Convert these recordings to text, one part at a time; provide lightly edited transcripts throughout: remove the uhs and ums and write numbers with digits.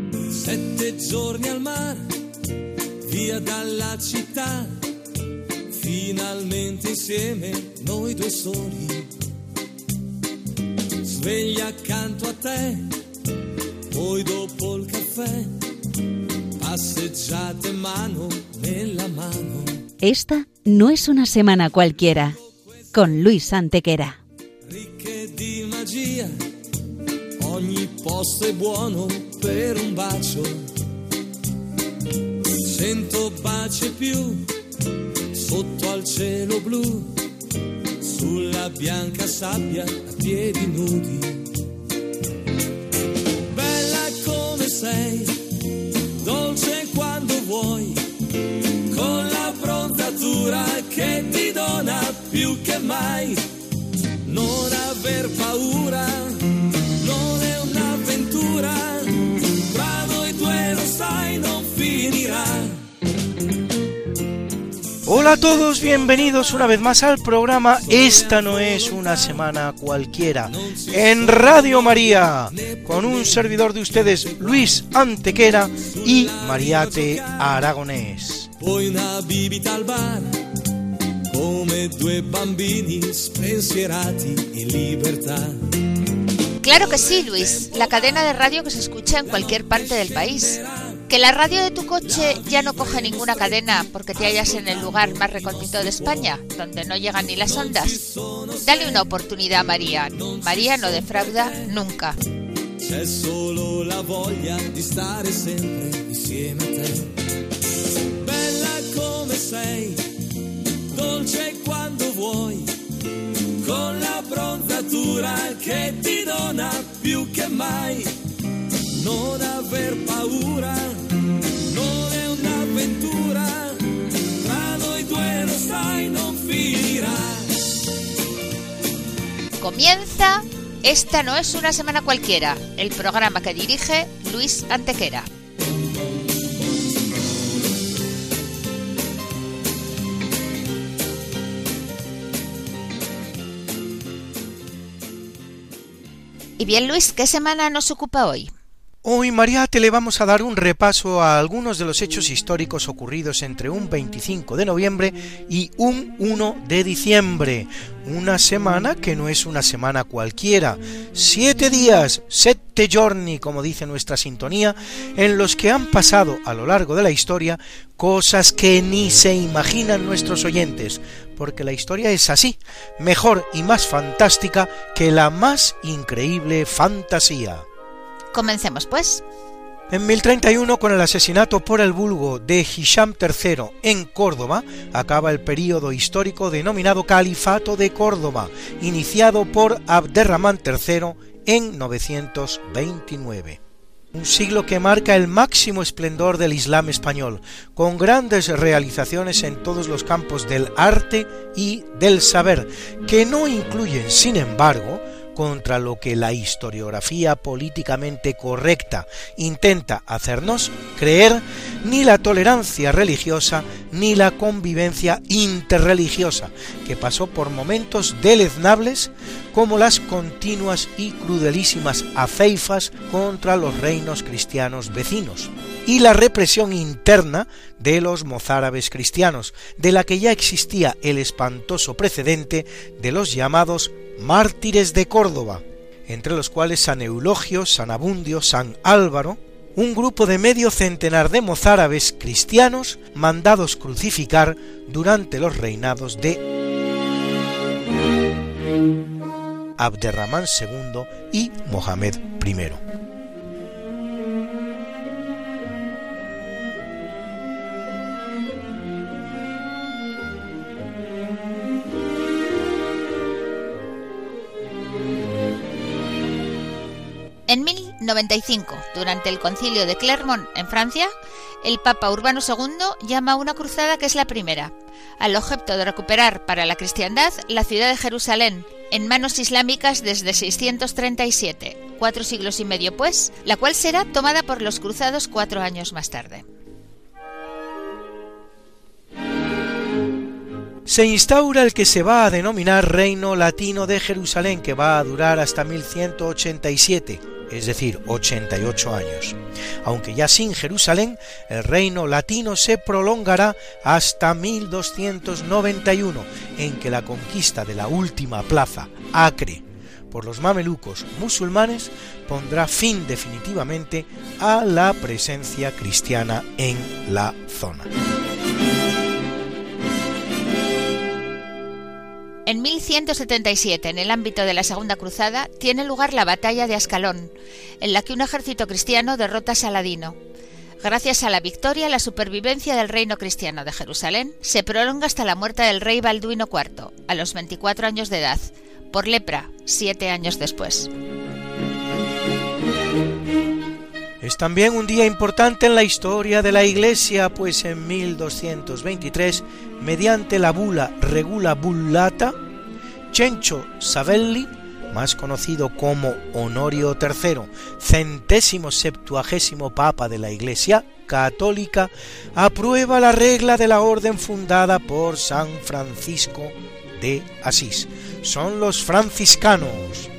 7 giorni al mare, via dalla città, finalmente insieme noi due soli. Sveglia accanto a te, poi dopo il caffè, passeggiate mano nella mano. Esta no es una semana cualquiera, con Luis Antequera. Ricche di magia, ogni posto è buono per un bacio. 100 baci più, sotto al cielo blu, sulla bianca sabbia a piedi nudi. Bella come sei, dolce quando vuoi, con la bronzatura che ti dona più che mai. Non aver paura, non è un'avventura, tra noi due lo sai non finirà. Hola a todos, bienvenidos una vez más al programa Esta no es una semana cualquiera, en Radio María, con un servidor de ustedes, Luis Antequera y Mariate Aragonés. Poi una bibita al bar, come due bambini spensierati in libertà. Claro que sí, Luis, la cadena de radio que se escucha en cualquier parte del país. Que la radio de tu coche ya no coge ninguna cadena porque te hallas en el lugar más recóndito de España, donde no llegan ni las ondas. Dale una oportunidad a María. María no defrauda nunca. C'è solo la voglia di stare sempre insieme a te. Bella come sei, dolce quando vuoi, con la bronzatura che ti dona più che mai. Non aver paura, non è un'avventura, tra noi due lo sai non finirà. Comienza Esta no es una semana cualquiera, el programa que dirige Luis Antequera. Y bien, Luis, ¿qué semana nos ocupa hoy? Hoy, Mariate, le vamos a dar un repaso a algunos de los hechos históricos ocurridos entre un 25 de noviembre y un 1 de diciembre. Una semana que no es una semana cualquiera. 7 días, 7 giorni, como dice nuestra sintonía, en los que han pasado a lo largo de la historia cosas que ni se imaginan nuestros oyentes, porque la historia es así, mejor y más fantástica que la más increíble fantasía. Comencemos, pues. En 1031, con el asesinato por el vulgo de Hisham III en Córdoba, acaba el período histórico denominado Califato de Córdoba, iniciado por Abderramán III en 929. Un siglo que marca el máximo esplendor del Islam español, con grandes realizaciones en todos los campos del arte y del saber, que no incluyen, sin embargo, contra lo que la historiografía políticamente correcta intenta hacernos creer, ni la tolerancia religiosa ni la convivencia interreligiosa, que pasó por momentos deleznables como las continuas y crudelísimas aceifas contra los reinos cristianos vecinos, y la represión interna de los mozárabes cristianos, de la que ya existía el espantoso precedente de los llamados mártires de Córdoba, entre los cuales San Eulogio, San Abundio, San Álvaro, un grupo de medio centenar de mozárabes cristianos mandados crucificar durante los reinados de Abderramán II y Mohamed I. En 1095, durante el concilio de Clermont en Francia, el Papa Urbano II llama a una cruzada que es la primera, al objeto de recuperar para la cristiandad la ciudad de Jerusalén, en manos islámicas desde 637, 4 siglos y medio pues, la cual será tomada por los cruzados 4 años más tarde. Se instaura el que se va a denominar Reino Latino de Jerusalén, que va a durar hasta 1187, es decir, 88 años. Aunque ya sin Jerusalén, el reino latino se prolongará hasta 1291, en que la conquista de la última plaza, Acre, por los mamelucos musulmanes pondrá fin definitivamente a la presencia cristiana en la zona. En 1177, en el ámbito de la Segunda Cruzada, tiene lugar la batalla de Ascalón, en la que un ejército cristiano derrota a Saladino. Gracias a la victoria, la supervivencia del reino cristiano de Jerusalén se prolonga hasta la muerte del rey Balduino IV, a los 24 años de edad, por lepra, 7 años después. Es también un día importante en la historia de la Iglesia, pues en 1223, mediante la bula Regula Bullata, Cencio Savelli, más conocido como Honorio III, 170º Papa de la Iglesia Católica, aprueba la regla de la orden fundada por San Francisco de Asís. Son los franciscanos.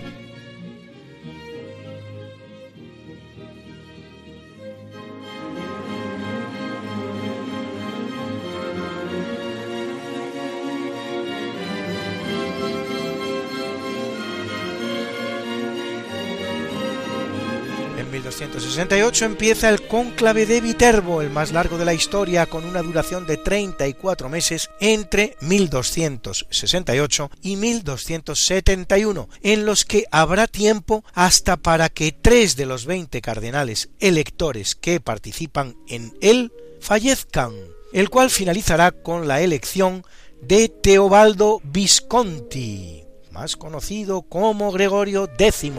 En 1268 empieza el cónclave de Viterbo, el más largo de la historia, con una duración de 34 meses entre 1268 y 1271, en los que habrá tiempo hasta para que 3 de los 20 cardenales electores que participan en él fallezcan, el cual finalizará con la elección de Teobaldo Visconti, más conocido como Gregorio X,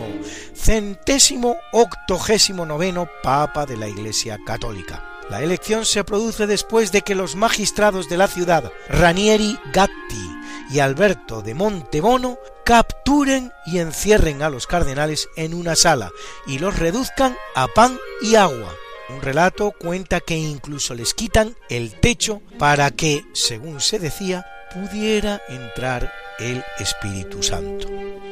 189º Papa de la Iglesia Católica. La elección se produce después de que los magistrados de la ciudad, Ranieri Gatti y Alberto de Montebono, capturen y encierren a los cardenales en una sala y los reduzcan a pan y agua. Un relato cuenta que incluso les quitan el techo para que, según se decía, pudiera entrar el Espíritu Santo.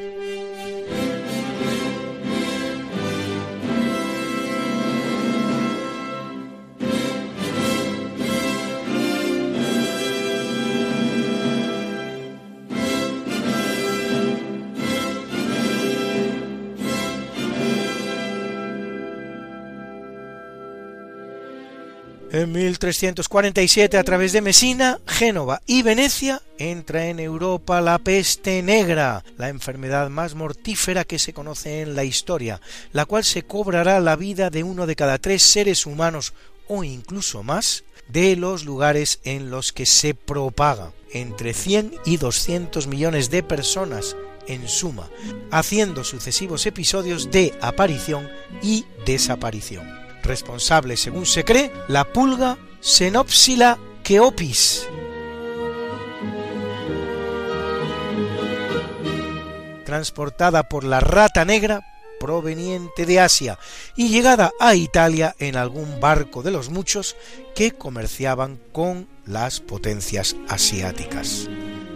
En 1347, a través de Mesina, Génova y Venecia, entra en Europa la peste negra, la enfermedad más mortífera que se conoce en la historia, la cual se cobrará la vida de 1 de cada 3 seres humanos o incluso más de los lugares en los que se propaga, entre 100 y 200 millones de personas en suma, haciendo sucesivos episodios de aparición y desaparición. Responsable, según se cree, la pulga Xenopsila Cheopis. Transportada por la rata negra proveniente de Asia y llegada a Italia en algún barco de los muchos que comerciaban con las potencias asiáticas.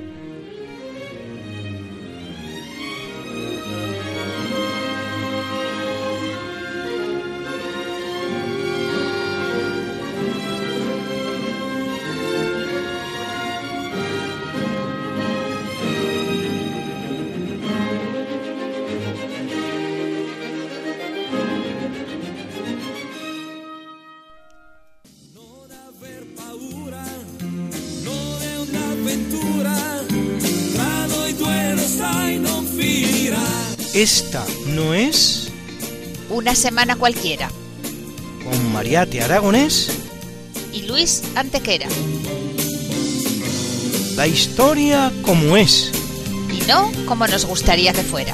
Esta no es Una semana cualquiera, con Mariate Aragonés y Luis Antequera. La historia como es Y no como nos gustaría que fuera.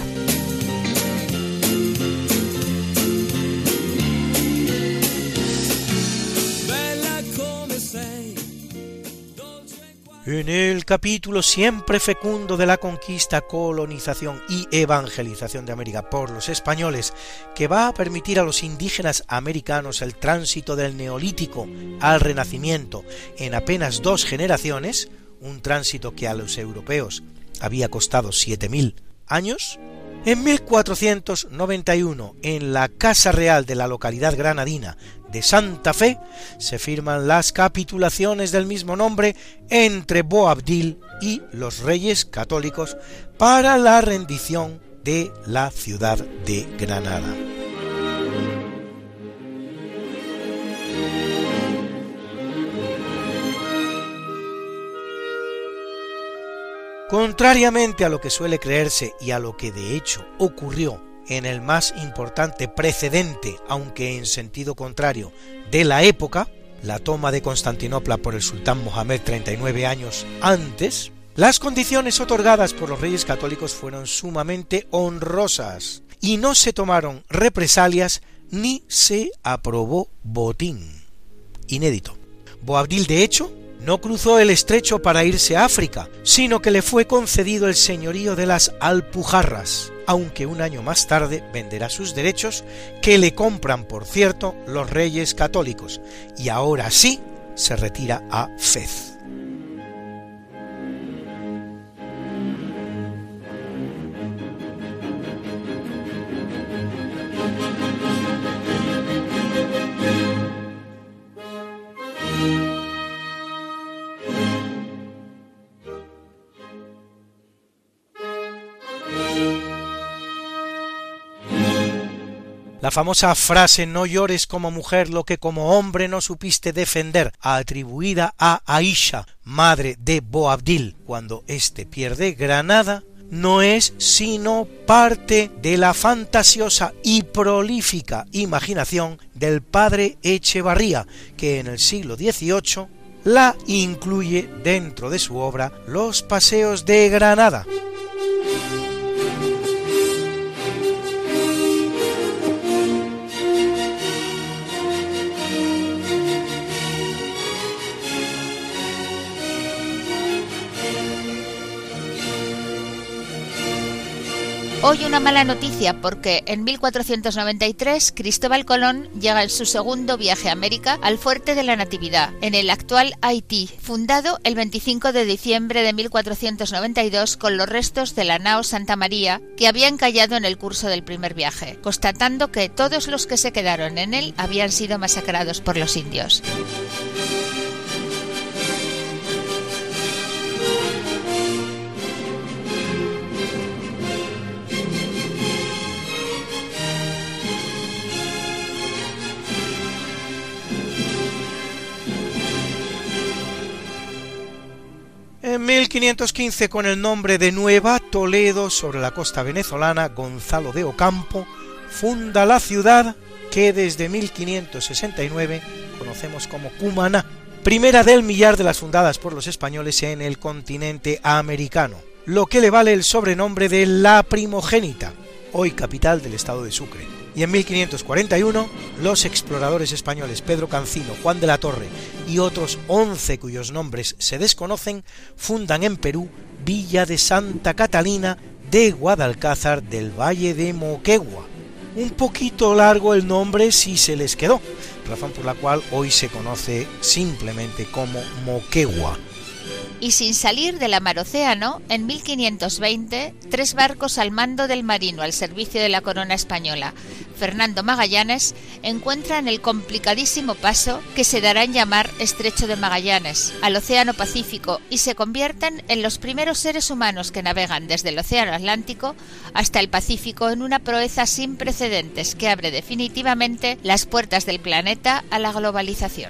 En el capítulo siempre fecundo de la conquista, colonización y evangelización de América por los españoles, que va a permitir a los indígenas americanos el tránsito del Neolítico al Renacimiento en apenas 2 generaciones, un tránsito que a los europeos había costado 7.000 años, En 1491, en la Casa Real de la localidad granadina de Santa Fe, se firman las capitulaciones del mismo nombre entre Boabdil y los reyes católicos para la rendición de la ciudad de Granada. Contrariamente a lo que suele creerse y a lo que de hecho ocurrió en el más importante precedente, aunque en sentido contrario, de la época, la toma de Constantinopla por el sultán Mohamed 39 años antes, las condiciones otorgadas por los reyes católicos fueron sumamente honrosas y no se tomaron represalias ni se aprobó botín. Inédito. Boabdil, de hecho, no cruzó el estrecho para irse a África, sino que le fue concedido el señorío de las Alpujarras, aunque un año más tarde venderá sus derechos, que le compran, por cierto, los reyes católicos, y ahora sí se retira a Fez. La famosa frase "no llores como mujer lo que como hombre no supiste defender", atribuida a Aisha, madre de Boabdil, cuando éste pierde Granada, no es sino parte de la fantasiosa y prolífica imaginación del padre Echevarría, que en el siglo XVIII la incluye dentro de su obra Los paseos de Granada. Hoy una mala noticia, porque en 1493 Cristóbal Colón llega en su segundo viaje a América al Fuerte de la Natividad, en el actual Haití, fundado el 25 de diciembre de 1492 con los restos de la nao Santa María que había encallado en el curso del primer viaje, constatando que todos los que se quedaron en él habían sido masacrados por los indios. En 1515, con el nombre de Nueva Toledo, sobre la costa venezolana, Gonzalo de Ocampo funda la ciudad que desde 1569 conocemos como Cumaná, primera del millar de las fundadas por los españoles en el continente americano, lo que le vale el sobrenombre de La Primogénita, hoy capital del estado de Sucre. Y en 1541, los exploradores españoles Pedro Cancino, Juan de la Torre y otros 11 cuyos nombres se desconocen, fundan en Perú Villa de Santa Catalina de Guadalcázar del Valle de Moquegua. Un poquito largo el nombre si se les quedó, razón por la cual hoy se conoce simplemente como Moquegua. Y sin salir de la mar Océano, en 1520, 3 barcos al mando del marino al servicio de la corona española, Fernando Magallanes, encuentran el complicadísimo paso que se dará en llamar Estrecho de Magallanes, al Océano Pacífico, y se convierten en los primeros seres humanos que navegan desde el Océano Atlántico hasta el Pacífico en una proeza sin precedentes que abre definitivamente las puertas del planeta a la globalización.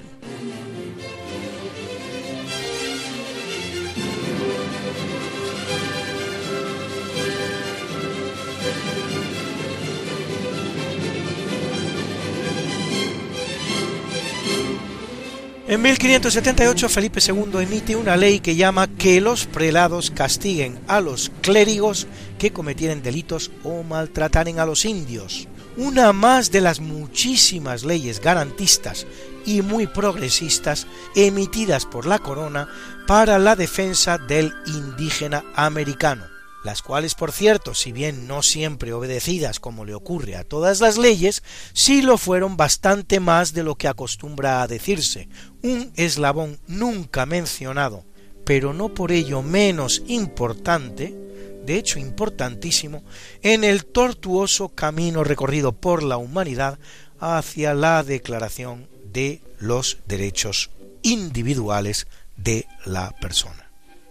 En 1578 Felipe II emite una ley que llama que los prelados castiguen a los clérigos que cometieren delitos o maltrataren a los indios, una más de las muchísimas leyes garantistas y muy progresistas emitidas por la corona para la defensa del indígena americano, las cuales, por cierto, si bien no siempre obedecidas como le ocurre a todas las leyes, sí lo fueron bastante más de lo que acostumbra a decirse, un eslabón nunca mencionado, pero no por ello menos importante, de hecho importantísimo, en el tortuoso camino recorrido por la humanidad hacia la Declaración de los Derechos Individuales de la persona.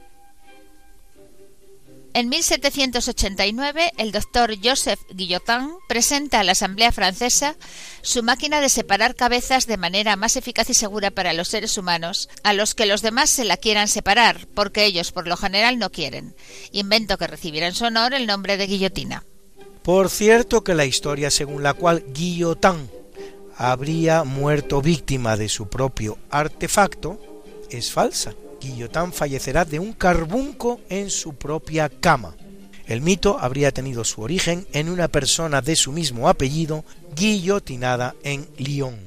En 1789, el doctor Joseph Guillotin presenta a la Asamblea Francesa su máquina de separar cabezas de manera más eficaz y segura para los seres humanos, a los que los demás se la quieran separar, porque ellos por lo general no quieren, invento que recibirá en su honor el nombre de guillotina. Por cierto que la historia según la cual Guillotin habría muerto víctima de su propio artefacto es falsa. Guillotin fallecerá de un carbunco en su propia cama. El mito habría tenido su origen en una persona de su mismo apellido guillotinada en Lyon.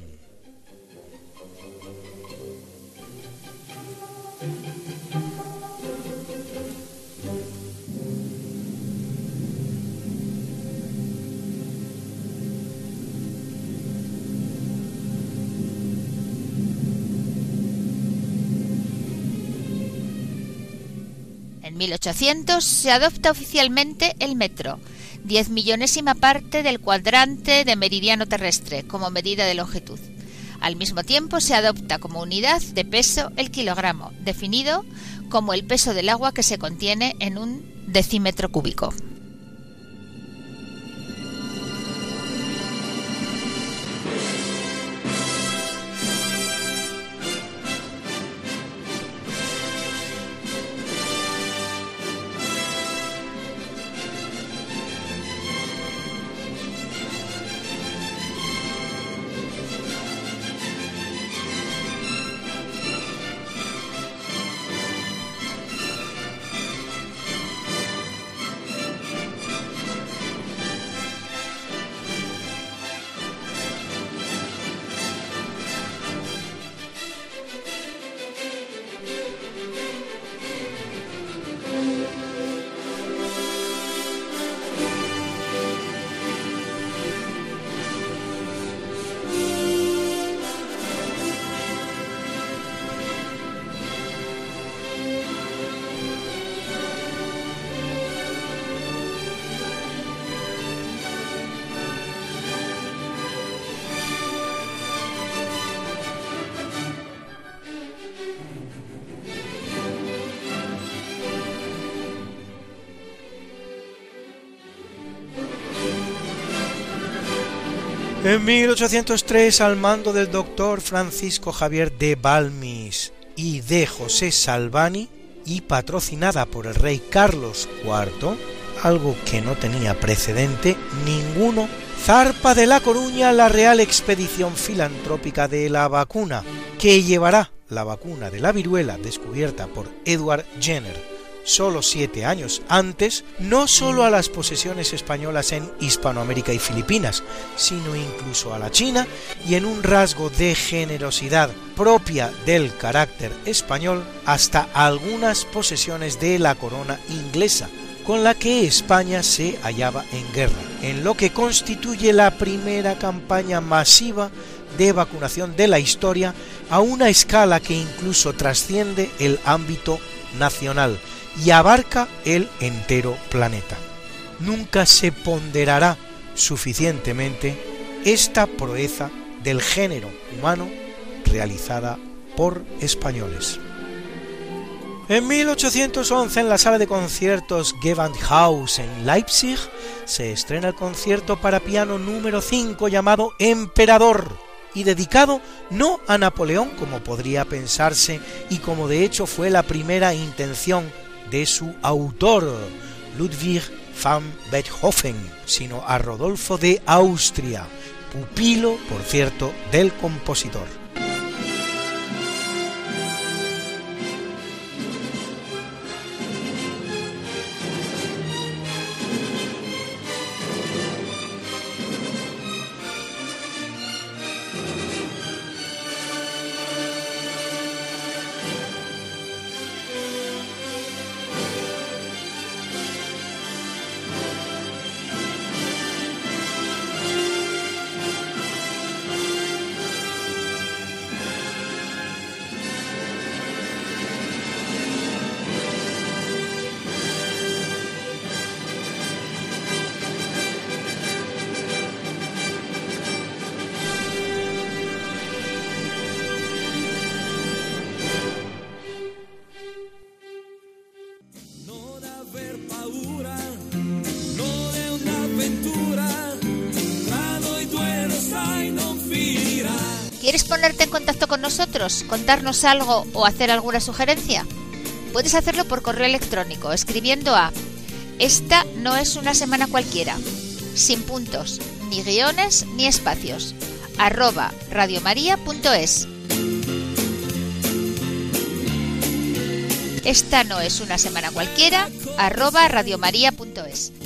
En 1800 se adopta oficialmente el metro, 10.000.000ª parte del cuadrante de meridiano terrestre, como medida de longitud. Al mismo tiempo se adopta como unidad de peso el kilogramo, definido como el peso del agua que se contiene en un decímetro cúbico. En 1803, al mando del doctor Francisco Javier de Balmis y de José Salvani, y patrocinada por el rey Carlos IV, algo que no tenía precedente ninguno, zarpa de La Coruña la Real Expedición Filantrópica de la Vacuna, que llevará la vacuna de la viruela descubierta por Edward Jenner solo 7 años antes, no solo a las posesiones españolas en Hispanoamérica y Filipinas, sino incluso a la China, y en un rasgo de generosidad propia del carácter español, hasta algunas posesiones de la corona inglesa, con la que España se hallaba en guerra, en lo que constituye la primera campaña masiva de vacunación de la historia a una escala que incluso trasciende el ámbito nacional y abarca el entero planeta. Nunca se ponderará suficientemente esta proeza del género humano realizada por españoles. En 1811, en la sala de conciertos Gewandhaus en Leipzig, se estrena el concierto para piano número 5 llamado Emperador, y dedicado no a Napoleón como podría pensarse y como de hecho fue la primera intención de su autor, Ludwig van Beethoven, sino a Rodolfo de Austria, pupilo, por cierto, del compositor. ¿Quieres ponerte en contacto con nosotros, contarnos algo o hacer alguna sugerencia? Puedes hacerlo por correo electrónico escribiendo a Esta no es una semana cualquiera, sin puntos, ni guiones ni espacios, @radiomaria.es. Esta no es una semana cualquiera, @radiomaria.es.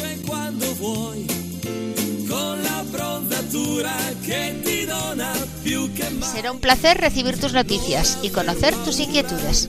Será un placer recibir tus noticias y conocer tus inquietudes.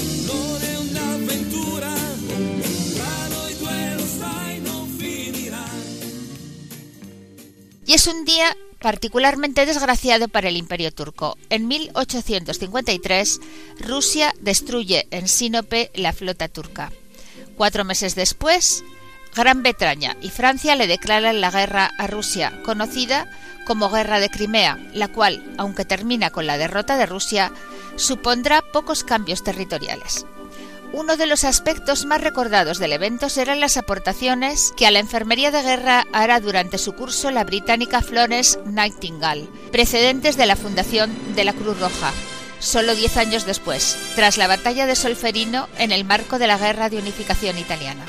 Y es un día particularmente desgraciado para el Imperio turco. En 1853, Rusia destruye en Sinope la flota turca. 4 meses después, Gran Bretaña y Francia le declaran la guerra a Rusia, conocida como Guerra de Crimea, la cual, aunque termina con la derrota de Rusia, supondrá pocos cambios territoriales. Uno de los aspectos más recordados del evento serán las aportaciones que a la enfermería de guerra hará durante su curso la británica Florence Nightingale, precedentes de la fundación de la Cruz Roja, solo 10 años después, tras la batalla de Solferino en el marco de la Guerra de Unificación italiana.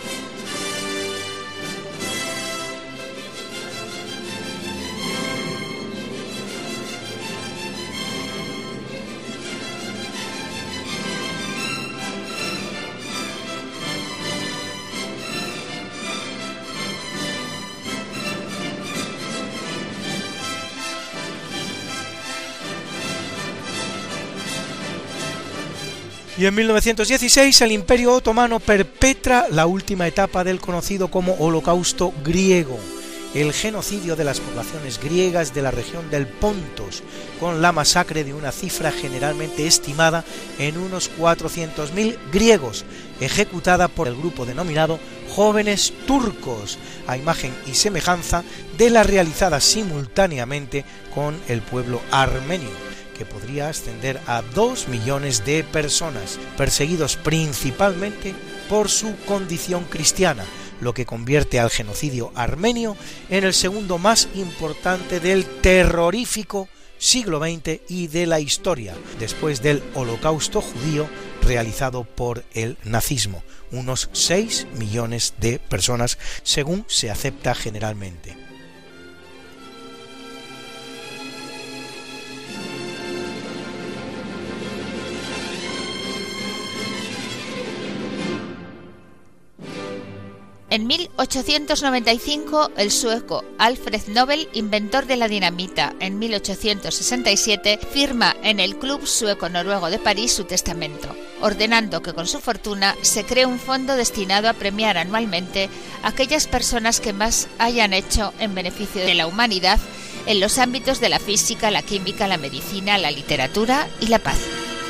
Y en 1916 el Imperio Otomano perpetra la última etapa del conocido como Holocausto griego, el genocidio de las poblaciones griegas de la región del Pontos, con la masacre de una cifra generalmente estimada en unos 400.000 griegos, ejecutada por el grupo denominado Jóvenes Turcos, a imagen y semejanza de la realizada simultáneamente con el pueblo armenio, que podría ascender a 2 millones de personas, perseguidos principalmente por su condición cristiana, lo que convierte al genocidio armenio en el segundo más importante del terrorífico siglo XX y de la historia, después del Holocausto judío realizado por el nazismo, unos 6 millones de personas, según se acepta generalmente. En 1895, el sueco Alfred Nobel, inventor de la dinamita en 1867, firma en el Club Sueco-Noruego de París su testamento, ordenando que con su fortuna se cree un fondo destinado a premiar anualmente a aquellas personas que más hayan hecho en beneficio de la humanidad en los ámbitos de la física, la química, la medicina, la literatura y la paz.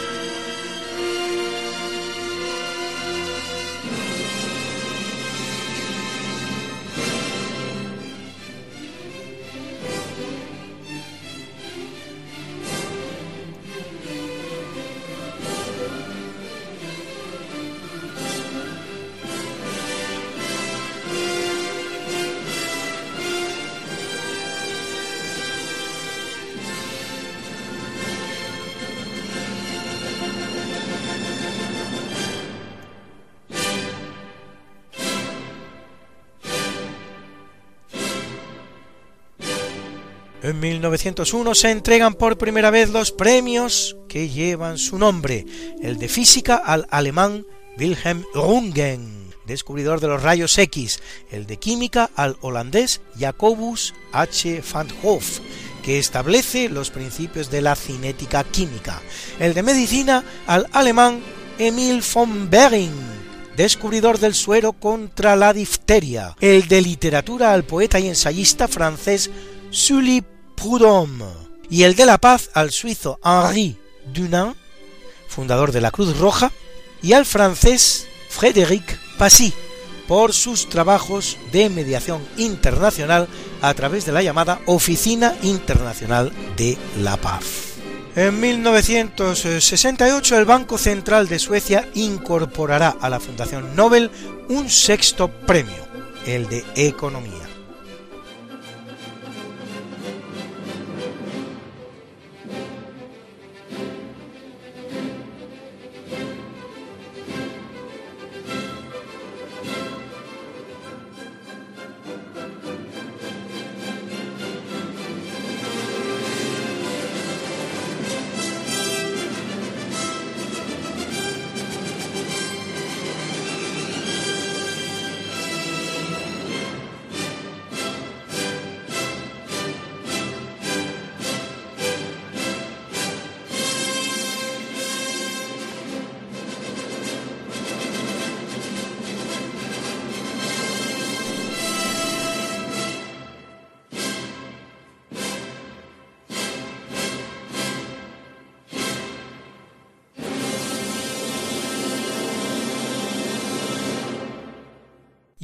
En 1901 se entregan por primera vez los premios que llevan su nombre, el de física al alemán Wilhelm Röntgen, descubridor de los rayos X, el de química al holandés Jacobus H. van 't Hoff, que establece los principios de la cinética química, el de medicina al alemán Emil von Behring, descubridor del suero contra la difteria, el de literatura al poeta y ensayista francés Sully Prudhomme, y el de la paz al suizo Henri Dunant, fundador de la Cruz Roja, y al francés Frédéric Passy, por sus trabajos de mediación internacional a través de la llamada Oficina Internacional de la Paz. En 1968 el Banco Central de Suecia incorporará a la Fundación Nobel un sexto premio, el de Economía.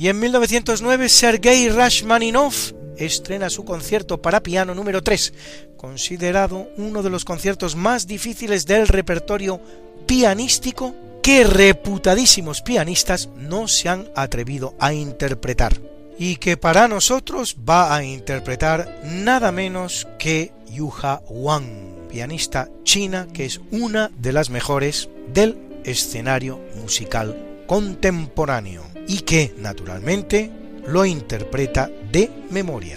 Y en 1909 Sergei Rachmaninoff estrena su concierto para piano número 3, considerado uno de los conciertos más difíciles del repertorio pianístico que reputadísimos pianistas no se han atrevido a interpretar, y que para nosotros va a interpretar nada menos que Yuha Wang, pianista china que es una de las mejores del escenario musical contemporáneo y que naturalmente lo interpreta de memoria.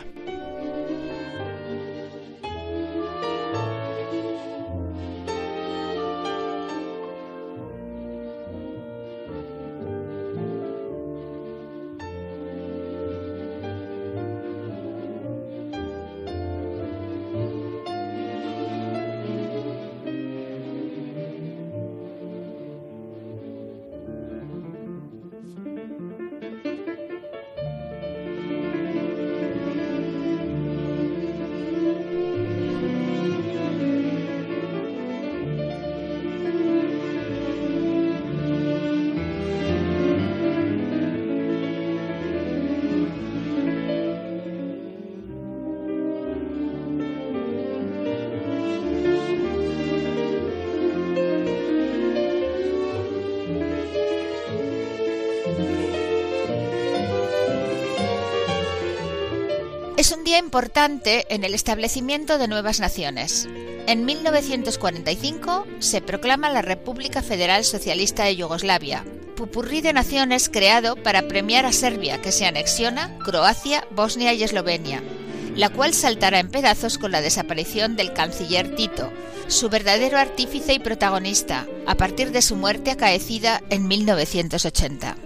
Es un día importante en el establecimiento de nuevas naciones. En 1945 se proclama la República Federal Socialista de Yugoslavia, pupurrí de naciones creado para premiar a Serbia, que se anexiona, Croacia, Bosnia y Eslovenia, la cual saltará en pedazos con la desaparición del canciller Tito, su verdadero artífice y protagonista, a partir de su muerte acaecida en 1980.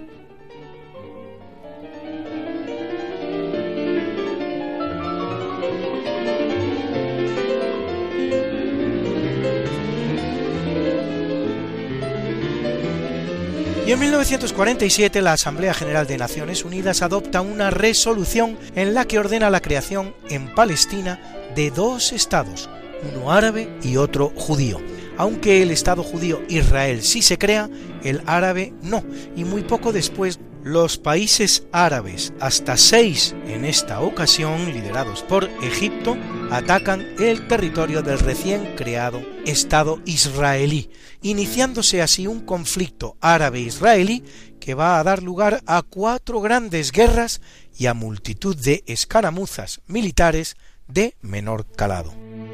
Y en 1947 la Asamblea General de Naciones Unidas adopta una resolución en la que ordena la creación en Palestina de 2 estados, uno árabe y otro judío. Aunque el Estado judío Israel sí se crea, el árabe no, y muy poco después los países árabes, hasta 6 en esta ocasión, liderados por Egipto, atacan el territorio del recién creado Estado israelí, iniciándose así un conflicto árabe-israelí que va a dar lugar a 4 grandes guerras y a multitud de escaramuzas militares de menor calado.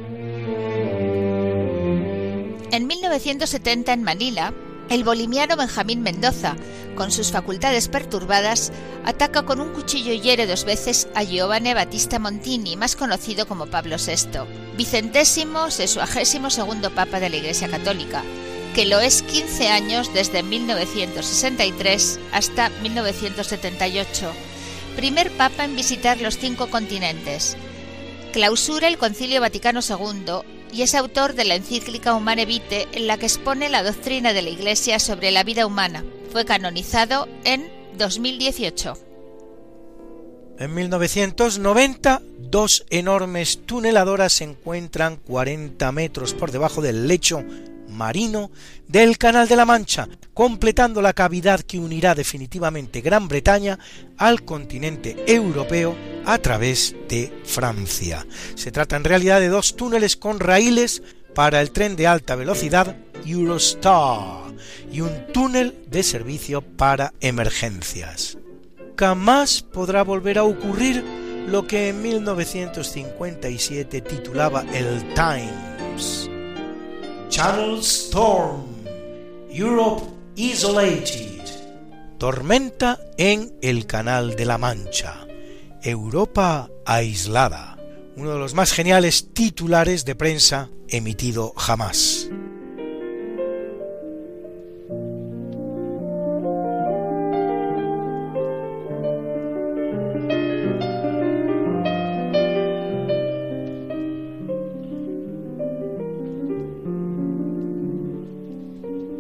En 1970, en Manila, el bolivariano Benjamín Mendoza, con sus facultades perturbadas, ataca con un cuchillo y hiere 2 veces a Giovanni Battista Montini, más conocido como Pablo VI, vicentésimo sexuagésimo segundo Papa de la Iglesia Católica, que lo es 15 años desde 1963 hasta 1978, primer Papa en visitar los 5 continentes. Clausura el Concilio Vaticano II y es autor de la encíclica Humane Vitae, en la que expone la doctrina de la Iglesia sobre la vida humana. Fue canonizado en 2018. En 1990, 2 enormes tuneladoras se encuentran 40 metros por debajo del lecho marino del Canal de la Mancha, completando la cavidad que unirá definitivamente Gran Bretaña al continente europeo a través de Francia. Se trata en realidad de 2 túneles con raíles para el tren de alta velocidad Eurostar y un túnel de servicio para emergencias. Jamás podrá volver a ocurrir lo que en 1957 titulaba el Times: Channel Storm, Europe Isolated. Tormenta en el Canal de la Mancha, Europa aislada. Uno de los más geniales titulares de prensa emitido jamás.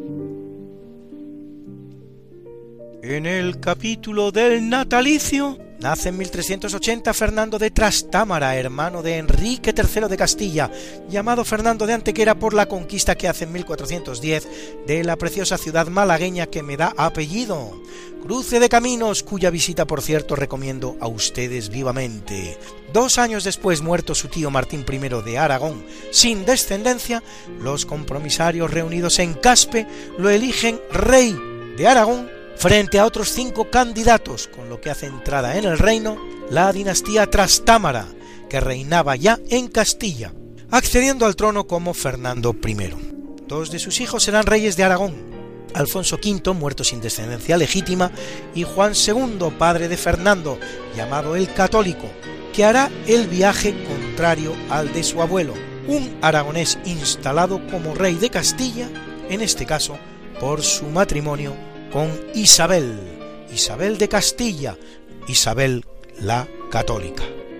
En el capítulo del natalicio Nace en 1380 Fernando de Trastámara, hermano de Enrique III de Castilla, llamado Fernando de Antequera por la conquista que hace en 1410 de la preciosa ciudad malagueña que me da apellido. Cruce de caminos, cuya visita, por cierto, recomiendo a ustedes vivamente. 2 años después, muerto su tío Martín I de Aragón, sin descendencia, los compromisarios reunidos en Caspe lo eligen rey de Aragón frente a otros 5 candidatos, con lo que hace entrada en el reino la dinastía Trastámara, que reinaba ya en Castilla, accediendo al trono como Fernando I. 2 de sus hijos serán reyes de Aragón: Alfonso V, muerto sin descendencia legítima, y Juan II, padre de Fernando, llamado el Católico, que hará el viaje contrario al de su abuelo, un aragonés instalado como rey de Castilla, en este caso por su matrimonio con Isabel de Castilla, Isabel la Católica.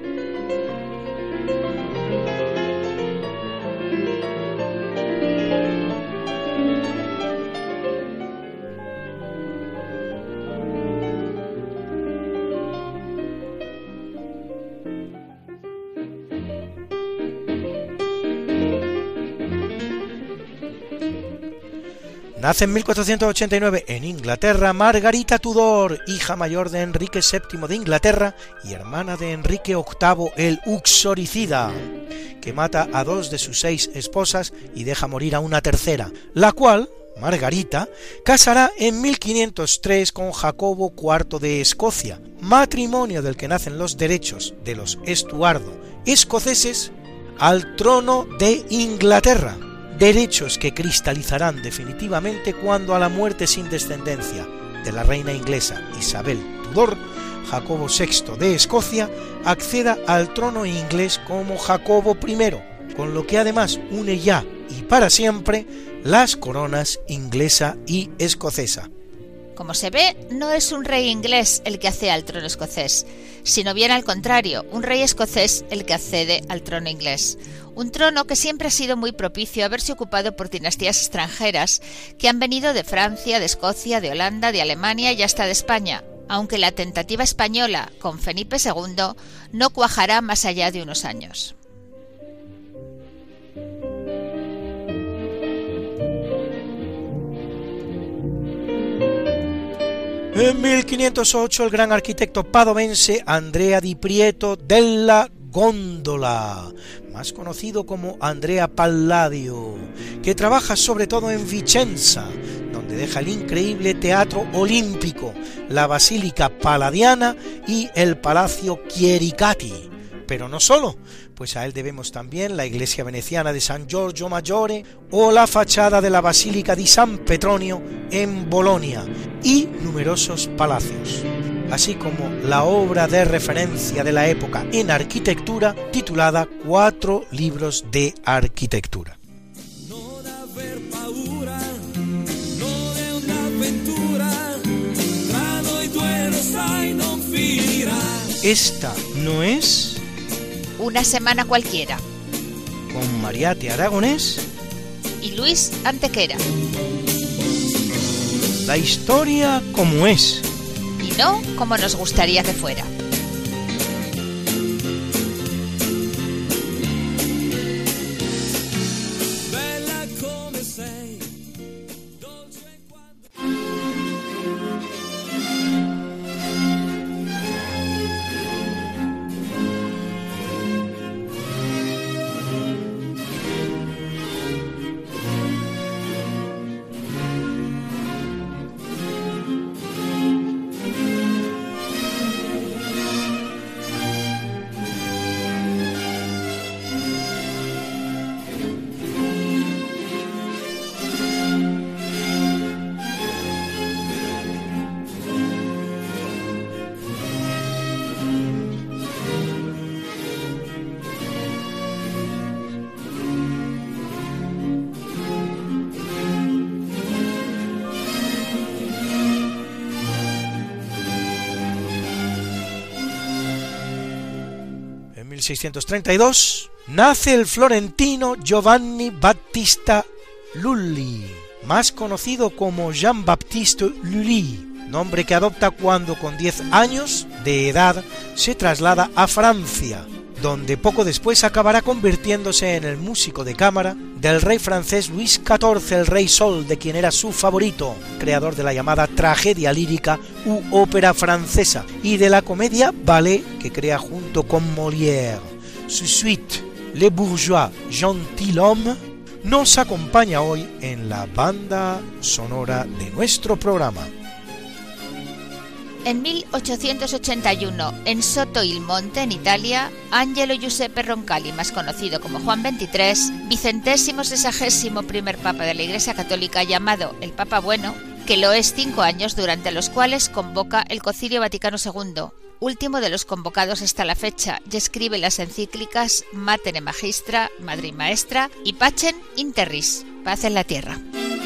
Nace en 1489 en Inglaterra Margarita Tudor, hija mayor de Enrique VII de Inglaterra y hermana de Enrique VIII el Uxoricida, que mata a 2 de sus 6 esposas y deja morir a una tercera, la cual, Margarita, casará en 1503 con Jacobo IV de Escocia, matrimonio del que nacen los derechos de los Estuardo escoceses al trono de Inglaterra, derechos que cristalizarán definitivamente cuando, a la muerte sin descendencia de la reina inglesa Isabel Tudor, Jacobo VI de Escocia acceda al trono inglés como Jacobo I, con lo que además une ya y para siempre las coronas inglesa y escocesa. Como se ve, no es un rey inglés el que accede al trono escocés, sino bien al contrario, un rey escocés el que accede al trono inglés. Un trono que siempre ha sido muy propicio a verse ocupado por dinastías extranjeras que han venido de Francia, de Escocia, de Holanda, de Alemania y hasta de España, aunque la tentativa española con Felipe II no cuajará más allá de unos años. En 1508 el gran arquitecto padovense Andrea di Prieto della Góndola, más conocido como Andrea Palladio, que trabaja sobre todo en Vicenza, donde deja el increíble Teatro Olímpico, la Basílica Palladiana y el Palacio Chiericati. Pero no solo, pues a él debemos también la iglesia veneciana de San Giorgio Maggiore o la fachada de la Basílica di San Petronio en Bolonia y numerosos palacios, así como la obra de referencia de la época en arquitectura titulada 4 libros de arquitectura. Esta no es Una semana cualquiera, con Mariate Aragonés y Luis Antequera. La historia como es, Y no como nos gustaría que fuera. En 1632 nace el florentino Giovanni Battista Lully, más conocido como Jean-Baptiste Lully, nombre que adopta cuando con 10 años de edad se traslada a Francia, donde poco después acabará convirtiéndose en el músico de cámara del rey francés Luis XIV, el Rey Sol, de quien era su favorito, creador de la llamada tragedia lírica u ópera francesa y de la comedia ballet que crea junto con Molière. Su suite Les Bourgeois Gentilhommes nos acompaña hoy en la banda sonora de nuestro programa. En 1881, en Soto il Monte, en Italia, Angelo Giuseppe Roncalli, más conocido como Juan XXIII, 161º Papa de la Iglesia Católica, llamado el Papa Bueno, que lo es 5 años, durante los cuales convoca el Concilio Vaticano II, último de los convocados hasta la fecha, y escribe las encíclicas Mater Magistra, Madre y Maestra, y Pacem in Terris, Paz en la Tierra.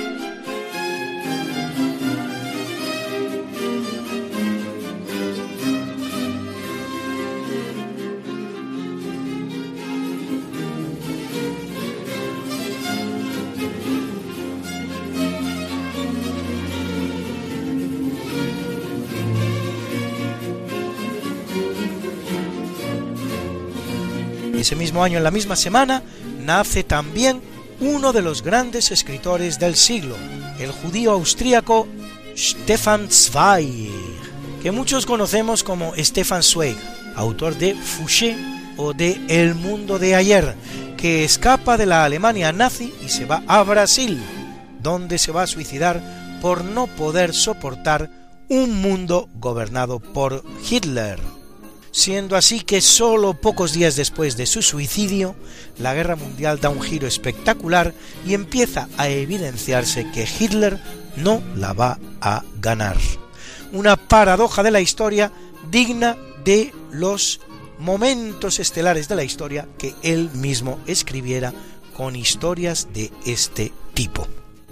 Ese mismo año, en la misma semana, nace también uno de los grandes escritores del siglo, el judío austríaco Stefan Zweig, que muchos conocemos como Stefan Zweig, autor de Fouché o de El mundo de ayer, que escapa de la Alemania nazi y se va a Brasil, donde se va a suicidar por no poder soportar un mundo gobernado por Hitler. Siendo así que solo pocos días después de su suicidio, la guerra mundial da un giro espectacular y empieza a evidenciarse que Hitler no la va a ganar. Una paradoja de la historia digna de los momentos estelares de la historia que él mismo escribiera con historias de este tipo.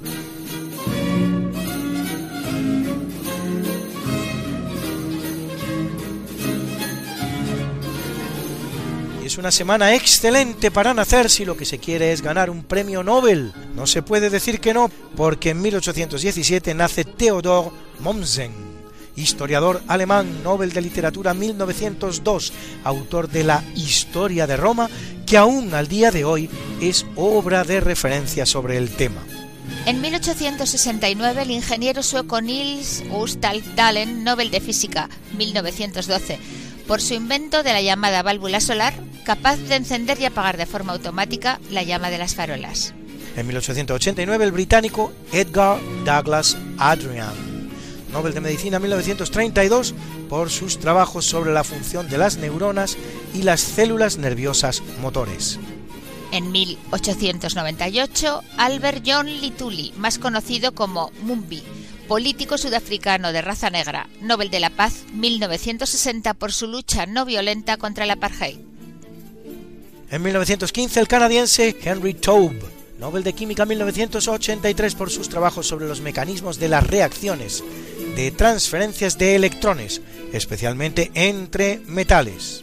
Es una semana excelente para nacer si lo que se quiere es ganar un premio Nobel. No se puede decir que no, porque en 1817 nace Theodor Mommsen, historiador alemán, Nobel de Literatura 1902, autor de la Historia de Roma, que aún al día de hoy es obra de referencia sobre el tema. En 1869, el ingeniero sueco Niels Gustav Dahlen, Nobel de Física 1912, por su invento de la llamada válvula solar, capaz de encender y apagar de forma automática la llama de las farolas. En 1889, el británico Edgar Douglas Adrian, Nobel de Medicina 1932, por sus trabajos sobre la función de las neuronas y las células nerviosas motores. En 1898, Albert John Lituli, más conocido como Mumbi, político sudafricano de raza negra, Nobel de la Paz 1960 por su lucha no violenta contra el apartheid. En 1915, el canadiense Henry Taube, Nobel de Química 1983 por sus trabajos sobre los mecanismos de las reacciones de transferencias de electrones, especialmente entre metales.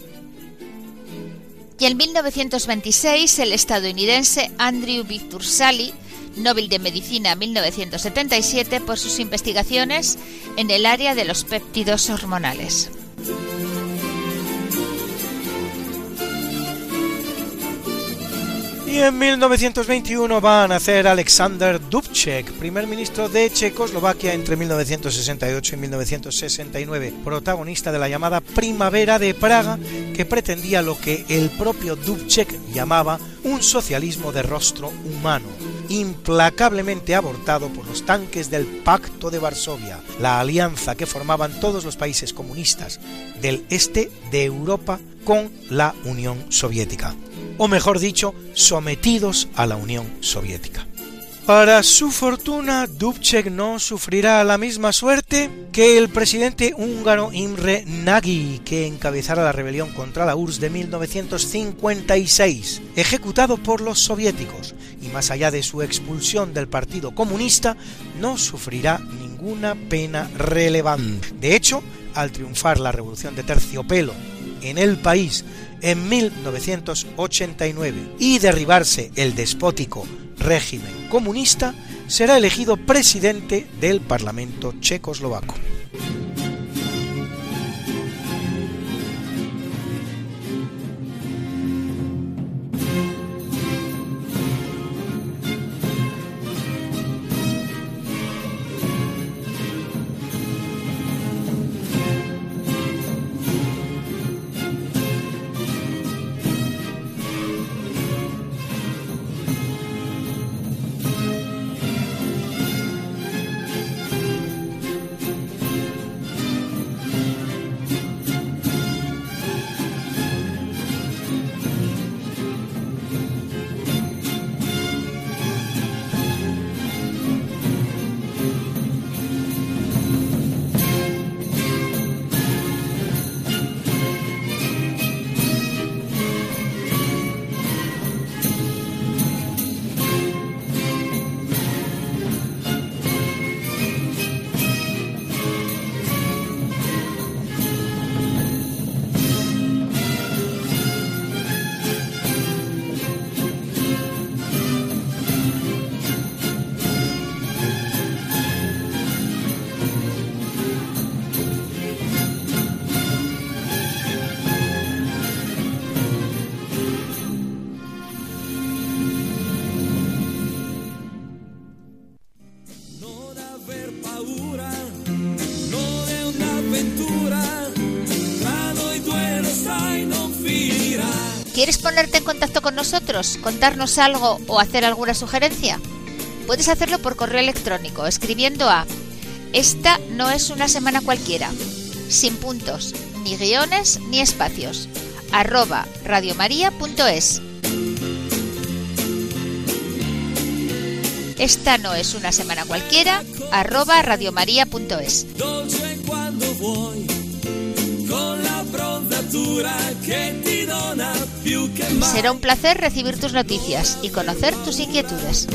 Y en 1926, el estadounidense Andrew Victor Sally, Nobel de Medicina 1977 por sus investigaciones en el área de los péptidos hormonales. Y en 1921 va a nacer Alexander Dubček, primer ministro de Checoslovaquia entre 1968 y 1969, protagonista de la llamada Primavera de Praga, que pretendía lo que el propio Dubček llamaba un socialismo de rostro humano, implacablemente abortado por los tanques del Pacto de Varsovia, la alianza que formaban todos los países comunistas del este de Europa con la Unión Soviética, o mejor dicho, sometidos a la Unión Soviética. Para su fortuna, Dubček no sufrirá la misma suerte que el presidente húngaro Imre Nagy, que encabezara la rebelión contra la URSS de 1956, ejecutado por los soviéticos, y más allá de su expulsión del Partido Comunista, no sufrirá ninguna pena relevante. De hecho, al triunfar la Revolución de Terciopelo en el país en 1989 y derribarse el despótico régimen comunista, será elegido presidente del Parlamento checoslovaco. ¿Quieres ponerte en contacto con nosotros, contarnos algo o hacer alguna sugerencia? Puedes hacerlo por correo electrónico, escribiendo a Esta no es una semana cualquiera, sin puntos, ni guiones, ni espacios, @radiomaria.es. Esta no es una semana cualquiera, @radiomaria.es. Será un placer recibir tus noticias y conocer tus inquietudes.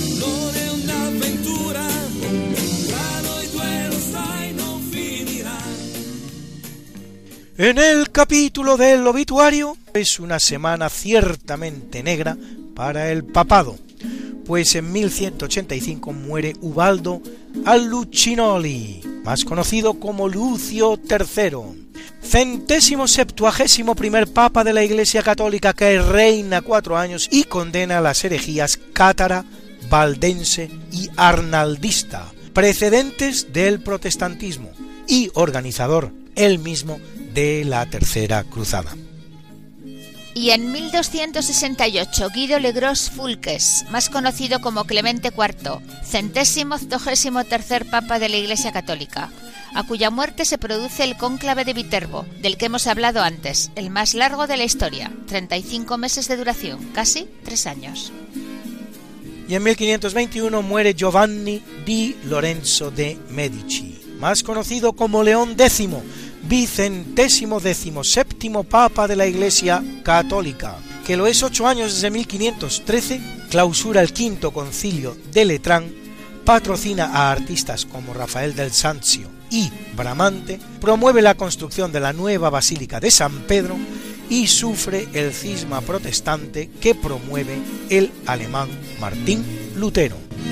En el capítulo del obituario, es una semana ciertamente negra para el papado, pues en 1185 muere Ubaldo Allucinoli, más conocido como Lucio III, 171º papa de la Iglesia Católica, que reina 4 años y condena las herejías cátara, valdense y arnaldista, precedentes del protestantismo, y organizador él mismo de la Tercera Cruzada. Y en 1268 Guido Legros Fulques, más conocido como Clemente IV, 183º papa de la Iglesia Católica, a cuya muerte se produce el cónclave de Viterbo, del que hemos hablado antes, el más largo de la historia, 35 meses de duración, casi 3 años. Y en 1521 muere Giovanni di Lorenzo de Medici, más conocido como León X, vicentésimo decimoséptimo papa de la Iglesia Católica, que lo es 8 años desde 1513, clausura el quinto concilio de Letrán, patrocina a artistas como Rafael del Sanzio y Bramante, promueve la construcción de la nueva Basílica de San Pedro y sufre el cisma protestante que promueve el alemán Martín Lutero.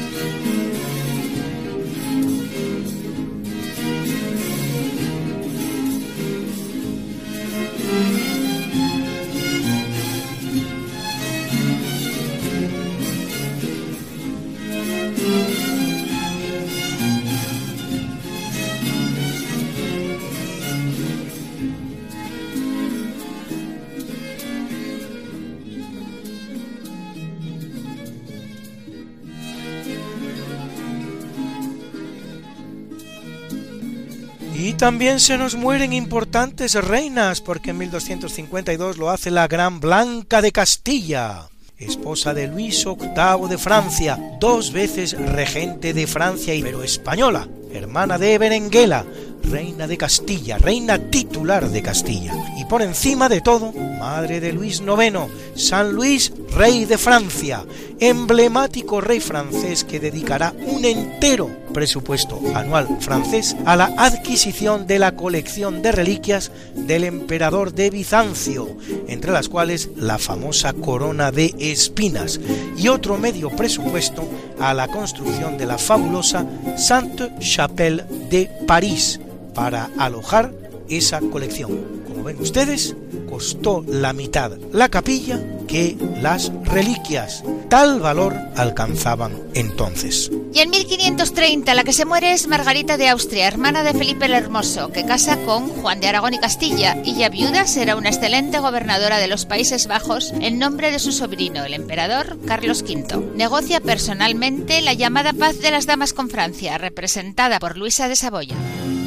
Y también se nos mueren importantes reinas, porque en 1252 lo hace la Gran Blanca de Castilla, esposa de Luis VIII de Francia, 2 veces regente de Francia pero española, hermana de Berenguela, reina de Castilla, reina titular de Castilla, y por encima de todo, madre de Luis IX, San Luis, rey de Francia, emblemático rey francés que dedicará un entero presupuesto anual francés a la adquisición de la colección de reliquias del emperador de Bizancio, entre las cuales la famosa corona de espinas, y otro medio presupuesto a la construcción de la fabulosa Sainte-Chapelle de París, para alojar esa colección. Como ven ustedes, costó la mitad la capilla que las reliquias. Tal valor alcanzaban entonces. Y en 1530 la que se muere es Margarita de Austria, hermana de Felipe el Hermoso, que casa con Juan de Aragón y Castilla, y ya viuda será una excelente gobernadora de los Países Bajos en nombre de su sobrino, el emperador Carlos V. Negocia personalmente la llamada Paz de las Damas con Francia, representada por Luisa de Saboya.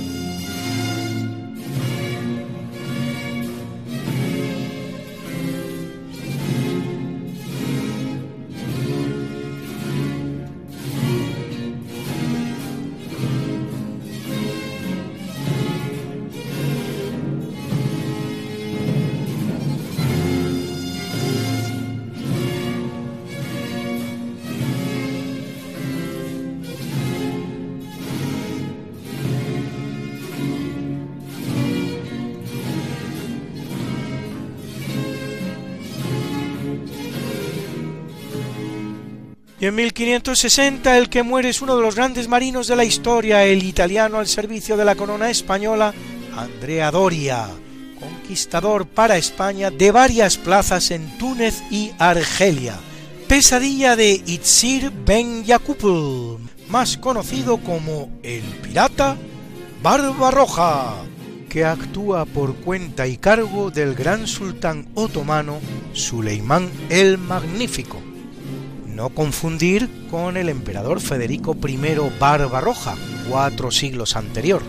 Y en 1560 el que muere es uno de los grandes marinos de la historia, el italiano al servicio de la corona española, Andrea Doria, conquistador para España de varias plazas en Túnez y Argelia, pesadilla de Itzir Ben Yaqub, más conocido como el pirata Barbarroja. que actúa por cuenta y cargo del gran sultán otomano Suleimán el Magnífico. No confundir con el emperador Federico I Barbarroja, 4 siglos anterior.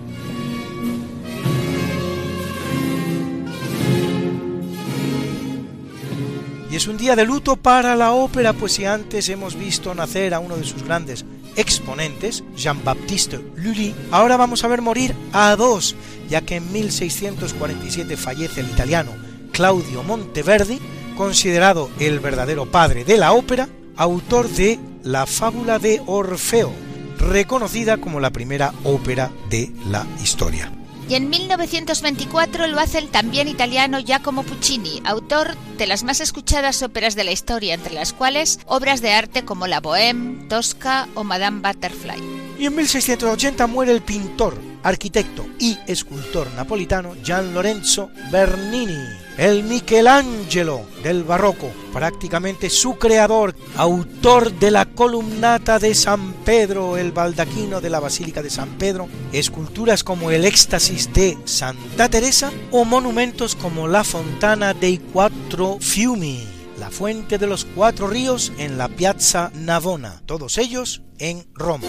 Y es un día de luto para la ópera, pues si antes hemos visto nacer a uno de sus grandes exponentes, Jean-Baptiste Lully, ahora vamos a ver morir a 2, ya que en 1647 fallece el italiano Claudio Monteverdi, considerado el verdadero padre de la ópera, autor de La fábula de Orfeo, reconocida como la primera ópera de la historia. Y en 1924 lo hace el también italiano Giacomo Puccini, autor de las más escuchadas óperas de la historia, entre las cuales obras de arte como La Bohème, Tosca o Madame Butterfly. Y en 1680 muere el pintor, arquitecto y escultor napolitano Gian Lorenzo Bernini, el Michelangelo del barroco, prácticamente su creador, autor de la columnata de San Pedro, el baldaquino de la Basílica de San Pedro, esculturas como el Éxtasis de Santa Teresa o monumentos como la Fontana dei Quattro Fiumi, la fuente de los 4 ríos en la Piazza Navona, todos ellos en Roma.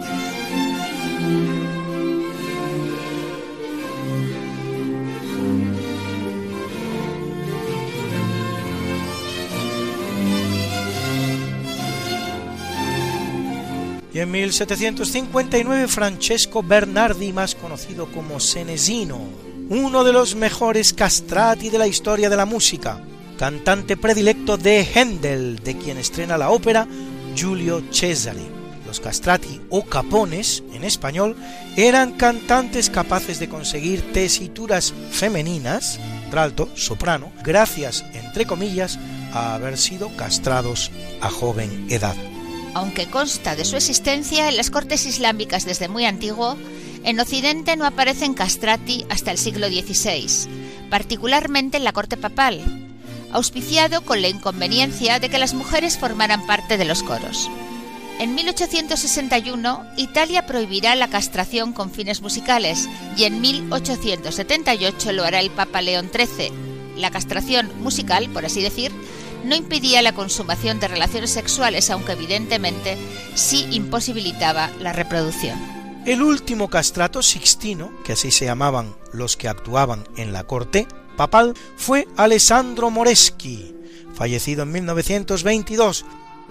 Y en 1759 Francesco Bernardi, más conocido como Senesino, uno de los mejores castrati de la historia de la música, cantante predilecto de Händel, de quien estrena la ópera Giulio Cesare. Los castrati o capones, en español, eran cantantes capaces de conseguir tesituras femeninas, contralto, soprano, gracias, entre comillas, a haber sido castrados a joven edad. Aunque consta de su existencia en las cortes islámicas desde muy antiguo, en Occidente no aparecen castrati hasta el siglo XVI, particularmente en la corte papal, auspiciado con la inconveniencia de que las mujeres formaran parte de los coros. En 1861, Italia prohibirá la castración con fines musicales y en 1878 lo hará el Papa León XIII. La castración musical, por así decir, no impedía la consumación de relaciones sexuales, aunque evidentemente sí imposibilitaba la reproducción. El último castrato sixtino, que así se llamaban los que actuaban en la corte papal, fue Alessandro Moreschi, fallecido en 1922.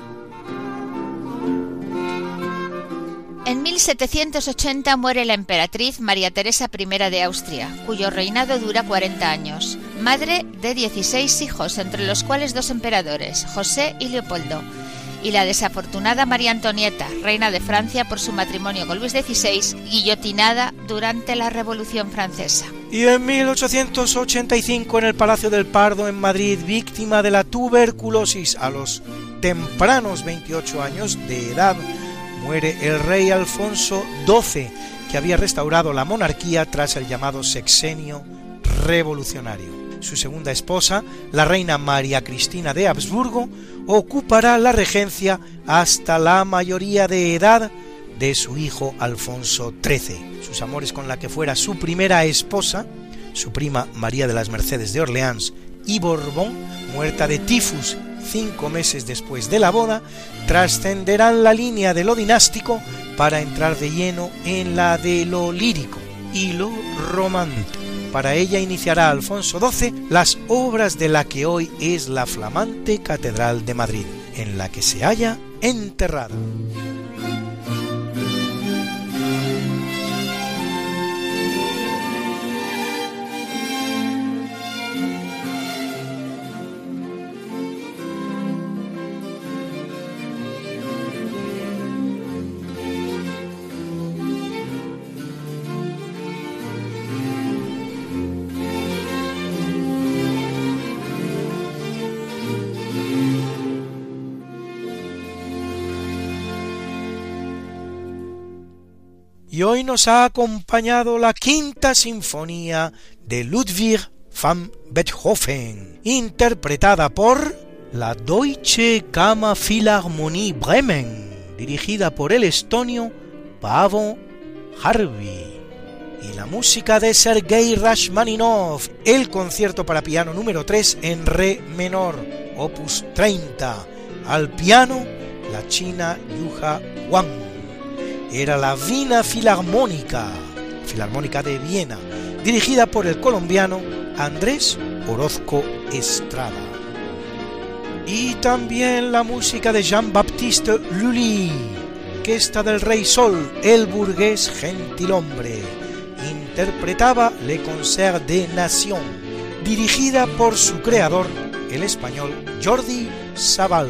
En 1780 muere la emperatriz María Teresa I de Austria, cuyo reinado dura 40 años, madre de 16 hijos, entre los cuales 2 emperadores, José y Leopoldo, y la desafortunada María Antonieta, reina de Francia por su matrimonio con Luis XVI, guillotinada durante la Revolución Francesa. Y en 1885 en el Palacio del Pardo en Madrid, víctima de la tuberculosis a los tempranos 28 años de edad, muere el rey Alfonso XII, que había restaurado la monarquía tras el llamado sexenio revolucionario. Su segunda esposa, la reina María Cristina de Habsburgo, ocupará la regencia hasta la mayoría de edad de su hijo Alfonso XIII. Sus amores con la que fuera su primera esposa, su prima María de las Mercedes de Orleans y Borbón, muerta de tifus 5 meses después de la boda, trascenderán la línea de lo dinástico para entrar de lleno en la de lo lírico y lo romántico. Para ella iniciará Alfonso XII las obras de la que hoy es la flamante Catedral de Madrid, en la que se halla enterrada. Y hoy nos ha acompañado la Quinta Sinfonía de Ludwig van Beethoven, interpretada por la Deutsche Kammerphilharmonie Bremen, dirigida por el estonio Paavo Järvi. y la música de Sergei Rachmaninov, el concierto para piano número 3 en re menor, opus 30, al piano la china Yuha Wang. Era la Wiener Filarmónica de Viena, dirigida por el colombiano Andrés Orozco Estrada. Y también la música de Jean-Baptiste Lully, Orquesta del Rey Sol, el burgués gentilhombre. Interpretaba Le Concert des Nations, dirigida por su creador, el español Jordi Savall.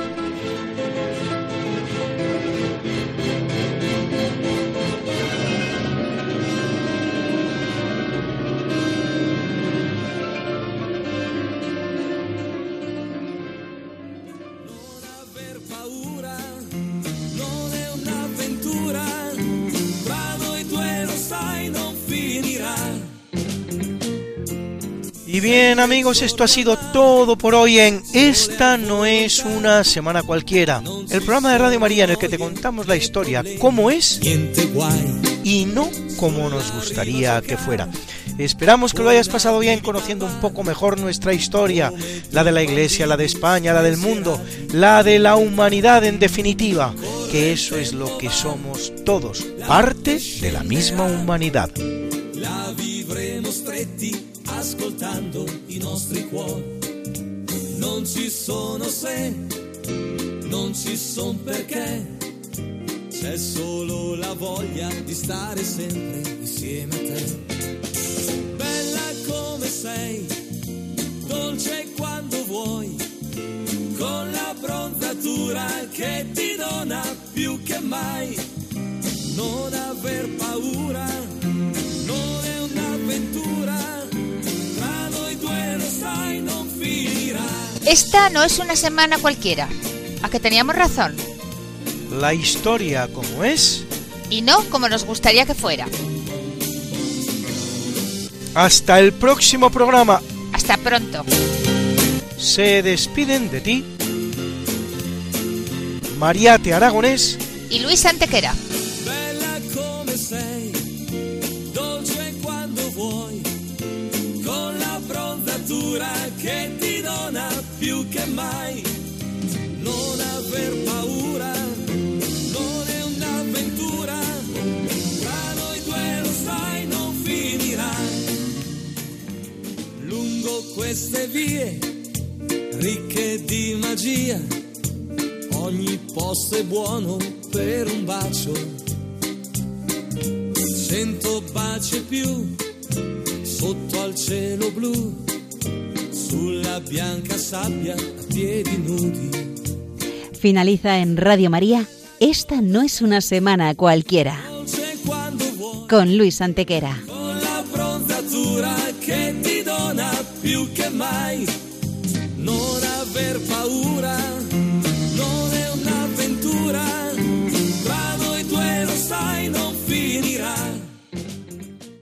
Y bien amigos, esto ha sido todo por hoy en Esta no es una semana cualquiera, el programa de Radio María en el que te contamos la historia como es y no como nos gustaría que fuera. Esperamos que lo hayas pasado bien conociendo un poco mejor nuestra historia, la de la Iglesia, la de España, la del mundo, la de la humanidad en definitiva, que eso es lo que somos todos, parte de la misma humanidad. La vivremo stretti ascoltando i nostri cuori. Non ci sono se, non ci son perché. C'è solo la voglia di stare sempre insieme a te. Bella come sei, dolce quando vuoi, con la bronzatura che ti dona più che mai. Non aver paura, non è un'avventura, tra noi due lo sai non finirà. Esta no es una semana cualquiera. ¿A que teníamos razón? La historia como es y no como nos gustaría que fuera. Hasta el próximo programa. Hasta pronto. Se despiden de ti Mariate Aragonés y Luis Antequera. Bella come sei, dolce quando vuoi, con la bronzatura che ti dona più che mai. Non aver paura, non è un'avventura, tra noi due lo sai non finirà. Lungo queste vie ricche di magia, ogni posto è buono per un bacio. 100 baci più sotto al cielo blu, sulla bianca sabbia a piedi nudi. Finaliza en Radio María Esta no es una semana cualquiera, con Luis Antequera. Con la bronzatura che ti dona più che mai.